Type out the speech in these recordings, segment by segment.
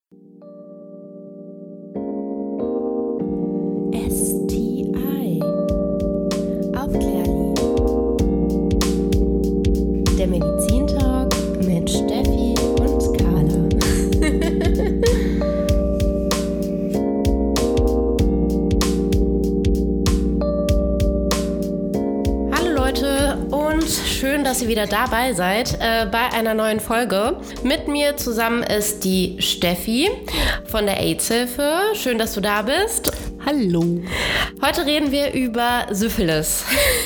STI. Aufklärli. Der Medizintalk mit Steffi und Carla. Hallo Leute und schön, dass ihr wieder dabei seid bei einer neuen Folge. Mit mir zusammen ist die Steffi von der AIDS-Hilfe. Schön, dass du da bist. Hallo. Heute reden wir über Syphilis.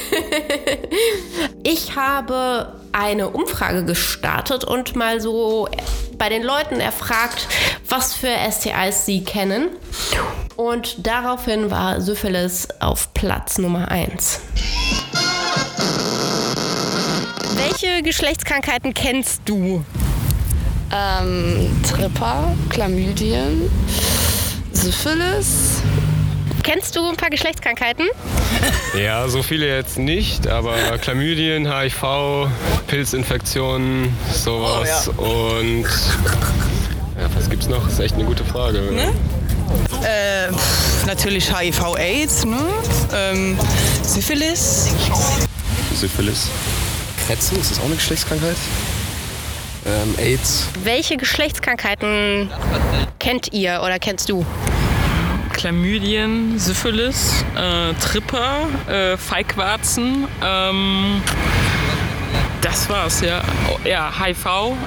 Ich habe eine Umfrage gestartet und mal so bei den Leuten erfragt, was für STIs sie kennen. Und daraufhin war Syphilis auf Platz Nummer 1. Welche Geschlechtskrankheiten kennst du? Tripper, Chlamydien, Syphilis. Kennst du ein paar Geschlechtskrankheiten? Ja, so viele jetzt nicht, aber Chlamydien, HIV, Pilzinfektionen, sowas. Und ja, was gibt's noch? Das ist echt eine gute Frage. Ne? Natürlich HIV, AIDS, ne? Syphilis. Syphilis. Krebsen, ist das auch eine Geschlechtskrankheit? AIDS. Welche Geschlechtskrankheiten kennt ihr oder kennst du? Chlamydien, Syphilis, Tripper, Feigwarzen, das war's, ja. Ja, HIV.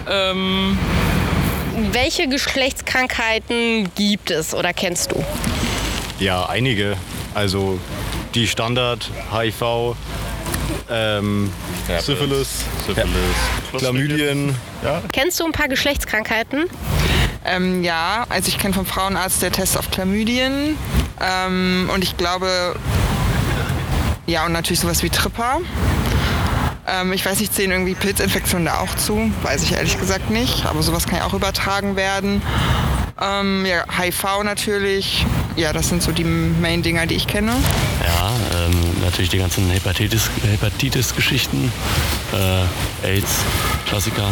Welche Geschlechtskrankheiten gibt es oder kennst du? Ja, einige. Also die Standard, HIV, Syphilis, Chlamydien. Ja. Kennst du ein paar Geschlechtskrankheiten? Ja, also ich kenne vom Frauenarzt der Test auf Chlamydien. Und ich glaube, ja, und natürlich sowas wie Tripper. Ich weiß nicht, zählen irgendwie Pilzinfektionen da auch zu? Weiß ich ehrlich gesagt nicht. Aber sowas kann ja auch übertragen werden. Ja, HIV natürlich. Ja, das sind so die Main-Dinger, die ich kenne. Ja, natürlich die ganzen Hepatitis-Geschichten, AIDS, Klassiker.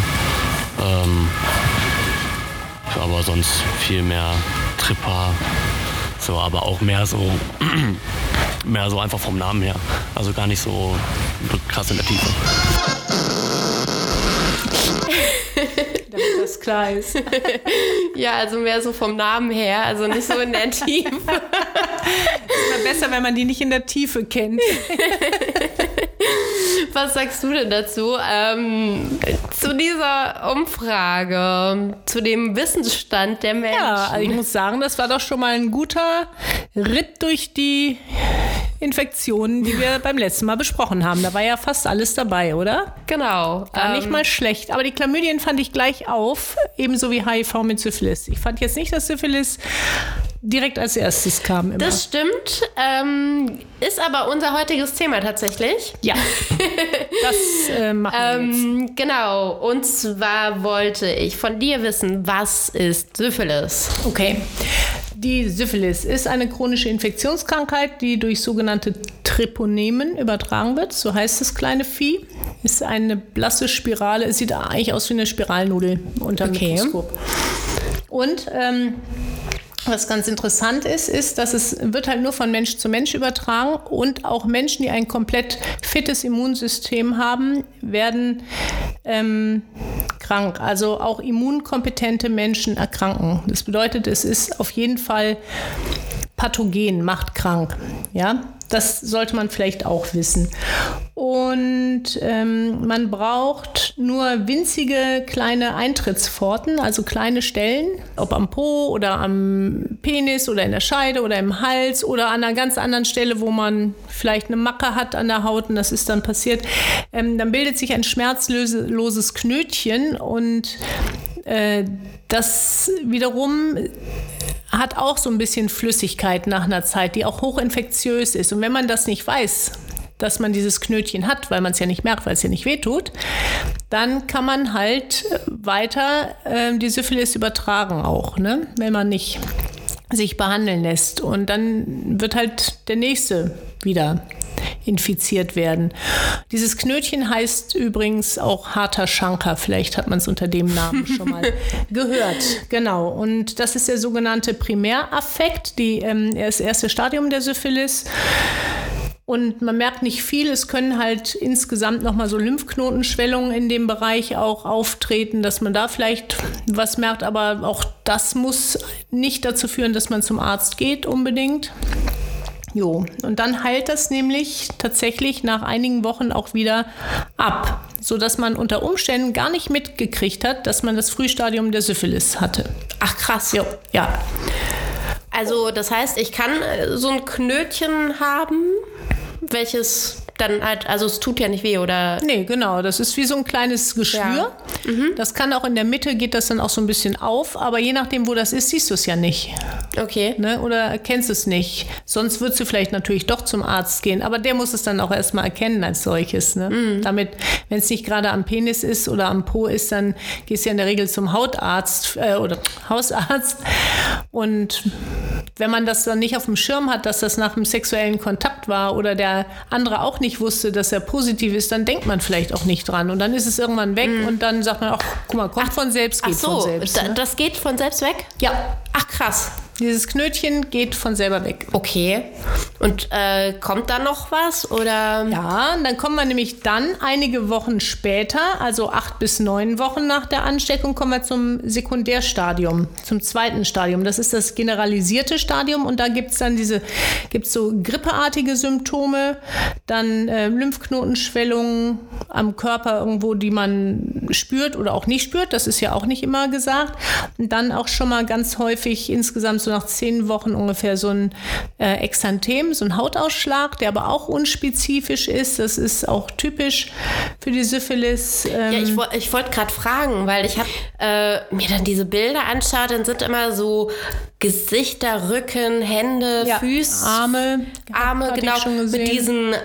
Aber sonst viel mehr Tripper, so, aber auch mehr so einfach vom Namen her. Also gar nicht so krass in der Tiefe. Damit das klar ist. Ja, also mehr so vom Namen her, also nicht so in der Tiefe. Ist immer besser, wenn man die nicht in der Tiefe kennt. Was sagst du denn dazu? Zu dieser Umfrage, zu dem Wissensstand der Menschen? Ja, also ich muss sagen, das war doch schon mal ein guter Ritt durch die Infektionen, die wir beim letzten Mal besprochen haben. Da war ja fast alles dabei, oder? Genau. Gar nicht mal schlecht. Aber die Chlamydien fand ich gleich auf, ebenso wie HIV mit Syphilis. Ich fand jetzt nicht, dass Syphilis direkt als erstes kam. Immer. Das stimmt. Ist aber unser heutiges Thema tatsächlich. Ja, das machen wir jetzt. Genau. Und zwar wollte ich von dir wissen, was ist Syphilis? Okay. Die Syphilis ist eine chronische Infektionskrankheit, die durch sogenannte Treponemen übertragen wird. So heißt das kleine Vieh. Ist eine blasse Spirale. Es sieht eigentlich aus wie eine Spiralnudel unter dem Mikroskop. Und was ganz interessant ist, dass es wird halt nur von Mensch zu Mensch übertragen und auch Menschen, die ein komplett fittes Immunsystem haben, werden krank. Also auch immunkompetente Menschen erkranken. Das bedeutet, es ist auf jeden Fall pathogen, macht krank. Ja, das sollte man vielleicht auch wissen. Und man braucht nur winzige kleine Eintrittspforten, also kleine Stellen, ob am Po oder am Penis oder in der Scheide oder im Hals oder an einer ganz anderen Stelle, wo man vielleicht eine Macke hat an der Haut und das ist dann passiert. Dann bildet sich ein schmerzloses Knötchen und das wiederum hat auch so ein bisschen Flüssigkeit nach einer Zeit, die auch hochinfektiös ist. Und wenn man das nicht weiß, dass man dieses Knötchen hat, weil man es ja nicht merkt, weil es ja nicht wehtut, dann kann man halt weiter die Syphilis übertragen auch, ne? Wenn man nicht sich behandeln lässt. Und dann wird halt der Nächste wieder infiziert werden. Dieses Knötchen heißt übrigens auch harter Schanker. Vielleicht hat man es unter dem Namen schon mal gehört. Genau. Und das ist der sogenannte Primäraffekt, das erste Stadium der Syphilis. Und man merkt nicht viel, es können halt insgesamt nochmal so Lymphknotenschwellungen in dem Bereich auch auftreten, dass man da vielleicht was merkt, aber auch das muss nicht dazu führen, dass man zum Arzt geht unbedingt. Jo, und dann heilt das nämlich tatsächlich nach einigen Wochen auch wieder ab, sodass man unter Umständen gar nicht mitgekriegt hat, dass man das Frühstadium der Syphilis hatte. Ach krass. Jo, ja. Also das heißt, ich kann so ein Knötchen haben, welches dann halt, also es tut ja nicht weh, oder? Nee, genau, das ist wie so ein kleines Geschwür. Ja. Das kann auch in der Mitte, geht das dann auch so ein bisschen auf, aber je nachdem, wo das ist, siehst du es ja nicht. Okay. Ne? Oder erkennst es nicht. Sonst würdest du vielleicht natürlich doch zum Arzt gehen, aber der muss es dann auch erstmal erkennen als solches. Ne? Damit, wenn es nicht gerade am Penis ist oder am Po ist, dann gehst du ja in der Regel zum Hautarzt oder Hausarzt. Und wenn man das dann nicht auf dem Schirm hat, dass das nach einem sexuellen Kontakt war oder der andere auch nicht wusste, dass er positiv ist, dann denkt man vielleicht auch nicht dran. Und dann ist es irgendwann weg und dann sagt man, ach, guck mal, kommt von selbst, geht von selbst. Ne? Das geht von selbst weg? Ja. Ach, krass. Dieses Knötchen geht von selber weg. Okay. Und kommt da noch was, oder? Ja, und dann kommen wir nämlich dann einige Wochen später, also 8 bis 9 Wochen nach der Ansteckung, kommen wir zum Sekundärstadium, zum zweiten Stadium. Das ist das generalisierte Stadium und da gibt's dann so grippeartige Symptome, dann Lymphknotenschwellungen am Körper irgendwo, die man spürt oder auch nicht spürt. Das ist ja auch nicht immer gesagt. Und dann auch schon mal ganz häufig insgesamt so nach 10 Wochen ungefähr so ein Exanthem, so ein Hautausschlag, der aber auch unspezifisch ist. Das ist auch typisch für die Syphilis. Ja, ich wollte gerade fragen, weil ich habe mir dann diese Bilder anschaut, dann sind immer so Gesichter, Rücken, Hände, Füße, Arme, genau, mit diesen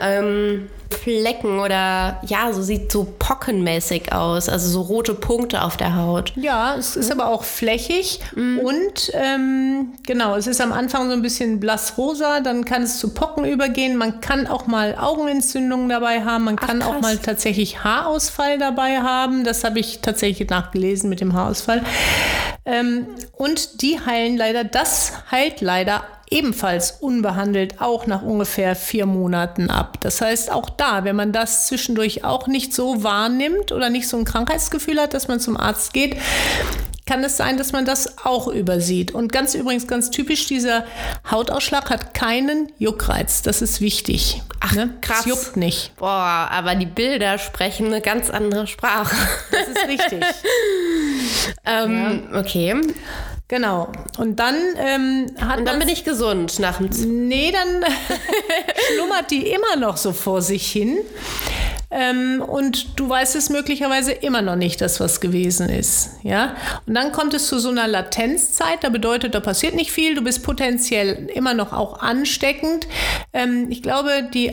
Flecken oder ja, so sieht so pockenmäßig aus, also so rote Punkte auf der Haut. Ja, es ist aber auch flächig und genau, es ist am Anfang so ein bisschen blassrosa, dann kann es zu Pocken übergehen, man kann auch mal Augenentzündungen dabei haben, man kann auch mal tatsächlich Haarausfall dabei haben, das habe ich tatsächlich nachgelesen mit dem Haarausfall und das heilt leider ebenfalls unbehandelt auch nach ungefähr 4 Monaten ab. Das heißt, auch da, wenn man das zwischendurch auch nicht so wahrnimmt oder nicht so ein Krankheitsgefühl hat, dass man zum Arzt geht, kann es sein, dass man das auch übersieht. Und ganz typisch, dieser Hautausschlag hat keinen Juckreiz. Das ist wichtig. Ach, ne? krass. Es juckt nicht. Boah, aber die Bilder sprechen eine ganz andere Sprache. Das ist richtig. Okay. Genau. Und dann bin ich gesund nach dem Nee, dann schlummert die immer noch so vor sich hin. Und du weißt es möglicherweise immer noch nicht, dass was gewesen ist. Ja? Und dann kommt es zu so einer Latenzzeit. Da bedeutet, da passiert nicht viel. Du bist potenziell immer noch auch ansteckend. Ich glaube, die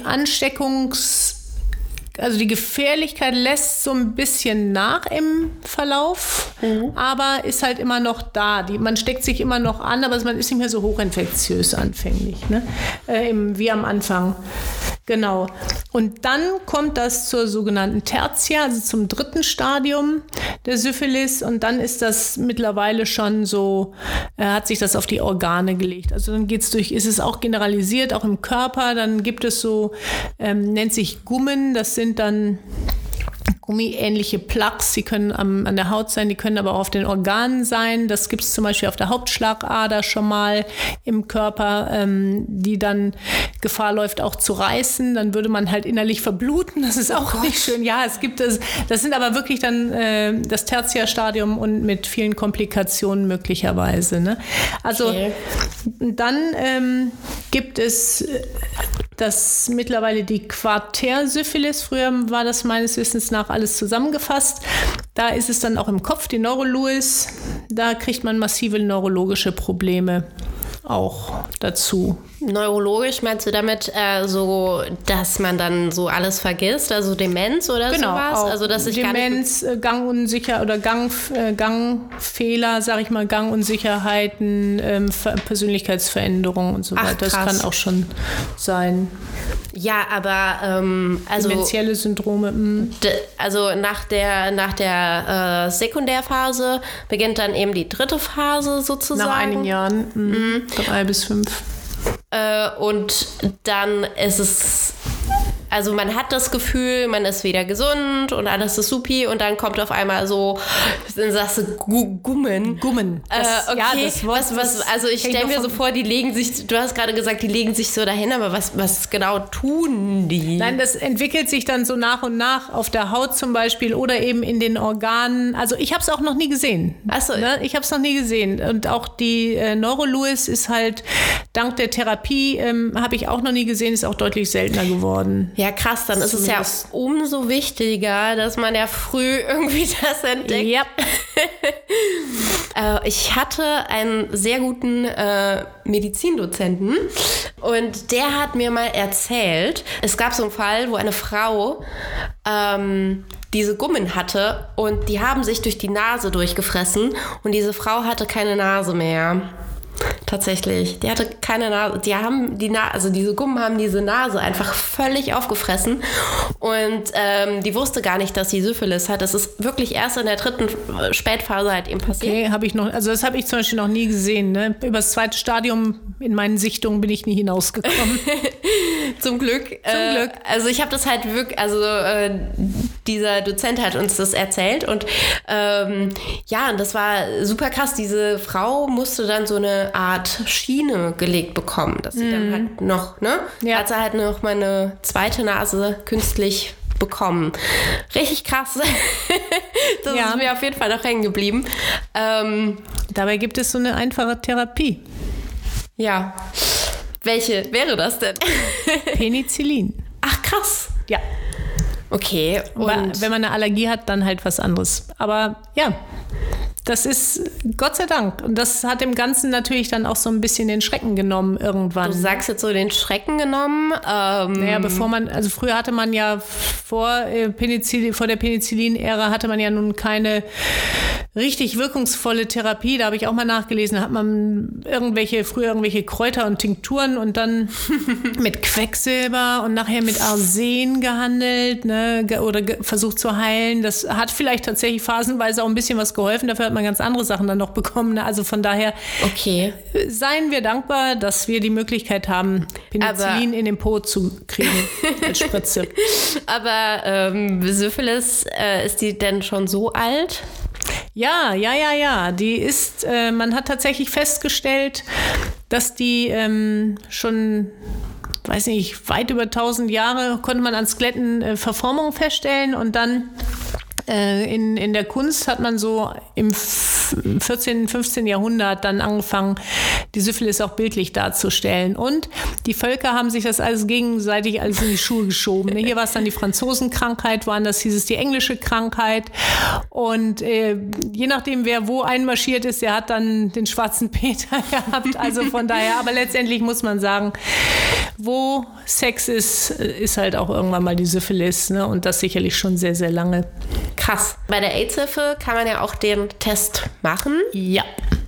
die Gefährlichkeit lässt so ein bisschen nach im Verlauf, aber ist halt immer noch da. Man steckt sich immer noch an, aber man ist nicht mehr so hochinfektiös anfänglich, ne? Wie am Anfang. Genau. Und dann kommt das zur sogenannten Tertia, also zum 3. Stadium der Syphilis. Und dann ist das mittlerweile schon so, hat sich das auf die Organe gelegt. Also dann ist es auch generalisiert, auch im Körper. Dann gibt es so, nennt sich Gummen, das sind dann gummiähnliche Plaques, die können an der Haut sein, die können aber auch auf den Organen sein. Das gibt es zum Beispiel auf der Hauptschlagader schon mal im Körper, die dann Gefahr läuft, auch zu reißen. Dann würde man halt innerlich verbluten. Das ist auch nicht schön. Ja, es gibt es. Das sind aber wirklich dann das Tertiärstadium und mit vielen Komplikationen möglicherweise. Ne? Also dann gibt es das mittlerweile die Quartärsyphilis. Früher war das meines Wissens nach alles zusammengefasst. Da ist es dann auch im Kopf, die Neuroluis. Da kriegt man massive neurologische Probleme auch dazu. Neurologisch meinst du damit so, dass man dann so alles vergisst, also Demenz oder sowas? Auch Also dass ich Demenz, Gangunsicher oder Gangfehler, sag ich mal, Gangunsicherheiten, Persönlichkeitsveränderungen und so weiter. Das kann auch schon sein. Ja, aber also dementielle Syndrome. Also nach der Sekundärphase beginnt dann eben die dritte Phase sozusagen. Nach einigen Jahren, 3 bis 5. Und dann ist es, also man hat das Gefühl, man ist wieder gesund und alles ist supi und dann kommt auf einmal so, dann sagst du Gummen. Okay, ja, das Wort, also ich stelle mir so vor, die legen sich, du hast gerade gesagt, die legen sich so dahin, aber was genau tun die? Nein, das entwickelt sich dann so nach und nach auf der Haut zum Beispiel oder eben in den Organen. Also ich habe es auch noch nie gesehen. Achso. Ne? Ich habe es noch nie gesehen. Und auch die Neuroluis ist halt, dank der Therapie, habe ich auch noch nie gesehen, ist auch deutlich seltener geworden. Ja, krass, dann ist es ja umso wichtiger, dass man ja früh irgendwie das entdeckt. Ja. Ich hatte einen sehr guten Medizindozenten und der hat mir mal erzählt, es gab so einen Fall, wo eine Frau diese Gummen hatte und die haben sich durch die Nase durchgefressen und diese Frau hatte keine Nase mehr. Tatsächlich. Die hatte keine Nase. Also diese Gummen haben diese Nase einfach völlig aufgefressen. Und die wusste gar nicht, dass sie Syphilis hat. Das ist wirklich erst in der dritten Spätphase halt eben passiert. Okay, das habe ich zum Beispiel noch nie gesehen. Ne? Über das zweite Stadium in meinen Sichtungen bin ich nie hinausgekommen. Zum Glück. Also ich habe das halt wirklich, dieser Dozent hat uns das erzählt und und das war super krass. Diese Frau musste dann so eine Art Schiene gelegt bekommen, dass sie dann halt noch, ne? Ja. Hat sie halt noch mal eine zweite Nase künstlich bekommen. Richtig krass. Das ist mir auf jeden Fall noch hängen geblieben. Dabei gibt es so eine einfache Therapie. Ja. Welche wäre das denn? Penicillin. Ach, krass. Ja. Okay. Und wenn man eine Allergie hat, dann halt was anderes. Aber ja, das ist Gott sei Dank. Und das hat dem Ganzen natürlich dann auch so ein bisschen den Schrecken genommen irgendwann. Du sagst jetzt so den Schrecken genommen? Früher hatte man ja vor der Penicillin-Ära hatte man ja nun keine richtig wirkungsvolle Therapie. Da habe ich auch mal nachgelesen. Da hat man früher irgendwelche Kräuter und Tinkturen und dann mit Quecksilber und nachher mit Arsen gehandelt, ne, oder versucht zu heilen. Das hat vielleicht tatsächlich phasenweise auch ein bisschen was geholfen. Dafür hat man ganz andere Sachen dann noch bekommen. Ne? Also von daher seien wir dankbar, dass wir die Möglichkeit haben, Penicillin in den Po zu kriegen als Spritze. Aber Syphilis, ist die denn schon so alt? Ja. Die ist, man hat tatsächlich festgestellt, dass die schon, weiß nicht, weit über 1000 Jahre konnte man an Skeletten Verformungen feststellen und dann in der Kunst hat man so im 14., 15. Jahrhundert dann angefangen, die Syphilis auch bildlich darzustellen. Und die Völker haben sich das alles gegenseitig in die Schuhe geschoben. Hier war es dann die Franzosenkrankheit, woanders hieß es die englische Krankheit. Und je nachdem, wer wo einmarschiert ist, der hat dann den schwarzen Peter gehabt. Also von daher, aber letztendlich muss man sagen, wo Sex ist halt auch irgendwann mal die Syphilis. Ne? Und das sicherlich schon sehr, sehr lange. Krass. Bei der AIDS-Hilfe kann man ja auch den Test machen. Ja.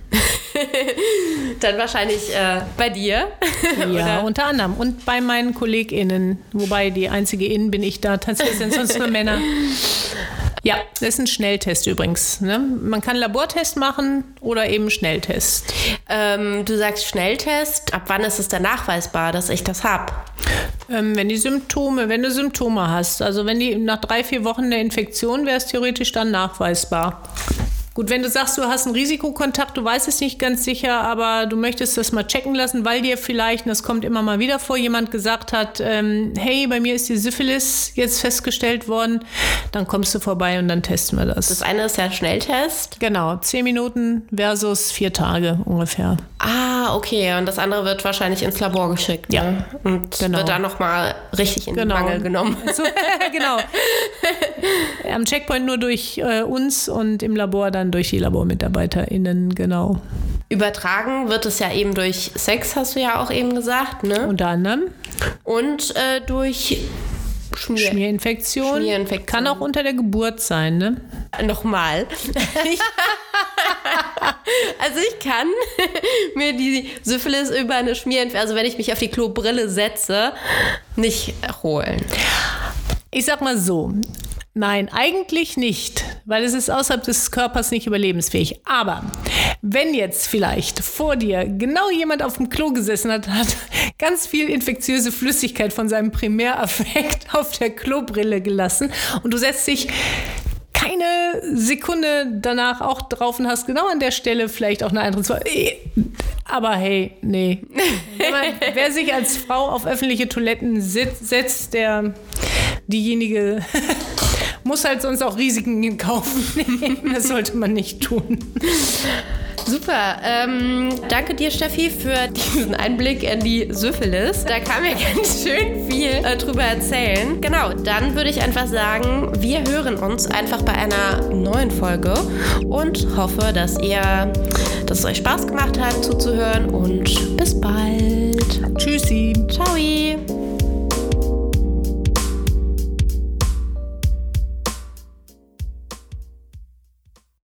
Dann wahrscheinlich bei dir. Ja, unter anderem. Und bei meinen KollegInnen. Wobei die einzige Innen bin ich da. Tatsächlich sind sonst nur Männer. Ja, das ist ein Schnelltest übrigens. Ne? Man kann Labortest machen oder eben Schnelltest. Du sagst Schnelltest. Ab wann ist es denn nachweisbar, dass ich das habe? Wenn du Symptome hast. Also wenn die nach 3-4 Wochen der Infektion wäre es theoretisch dann nachweisbar. Gut, wenn du sagst, du hast einen Risikokontakt, du weißt es nicht ganz sicher, aber du möchtest das mal checken lassen, weil dir vielleicht, und das kommt immer mal wieder vor, jemand gesagt hat, hey, bei mir ist die Syphilis jetzt festgestellt worden, dann kommst du vorbei und dann testen wir das. Das eine ist ja Schnelltest. Genau, 10 Minuten versus 4 Tage ungefähr. Ah, okay, und das andere wird wahrscheinlich ins Labor geschickt. Ja, ne? Und wird dann nochmal richtig in den Mangel genommen. So, genau. Am Checkpoint nur durch uns und im Labor dann durch die LabormitarbeiterInnen, genau. Übertragen wird es ja eben durch Sex, hast du ja auch eben gesagt, ne? Unter anderem. Und durch Schmierinfektion. Kann auch unter der Geburt sein, ne? Nochmal. Also ich kann mir die Syphilis über eine Schmierinfektion, also wenn ich mich auf die Klobrille setze, nicht holen. Ich sag mal so, nein, eigentlich nicht, weil es ist außerhalb des Körpers nicht überlebensfähig. Aber wenn jetzt vielleicht vor dir genau jemand auf dem Klo gesessen hat ganz viel infektiöse Flüssigkeit von seinem Primäreffekt auf der Klobrille gelassen und du setzt dich keine Sekunde danach auch drauf und hast genau an der Stelle vielleicht auch eine andere. Aber hey, nee. Wer sich als Frau auf öffentliche Toiletten setzt, diejenige muss halt sonst auch Risiken in Kauf nehmen. Das sollte man nicht tun. Super. Danke dir, Steffi, für diesen Einblick in die Syphilis. Da kann mir ganz schön viel drüber erzählen. Genau, dann würde ich einfach sagen, wir hören uns einfach bei einer neuen Folge und hoffe, dass es euch Spaß gemacht hat zuzuhören und bis bald. Tschüssi. Ciao.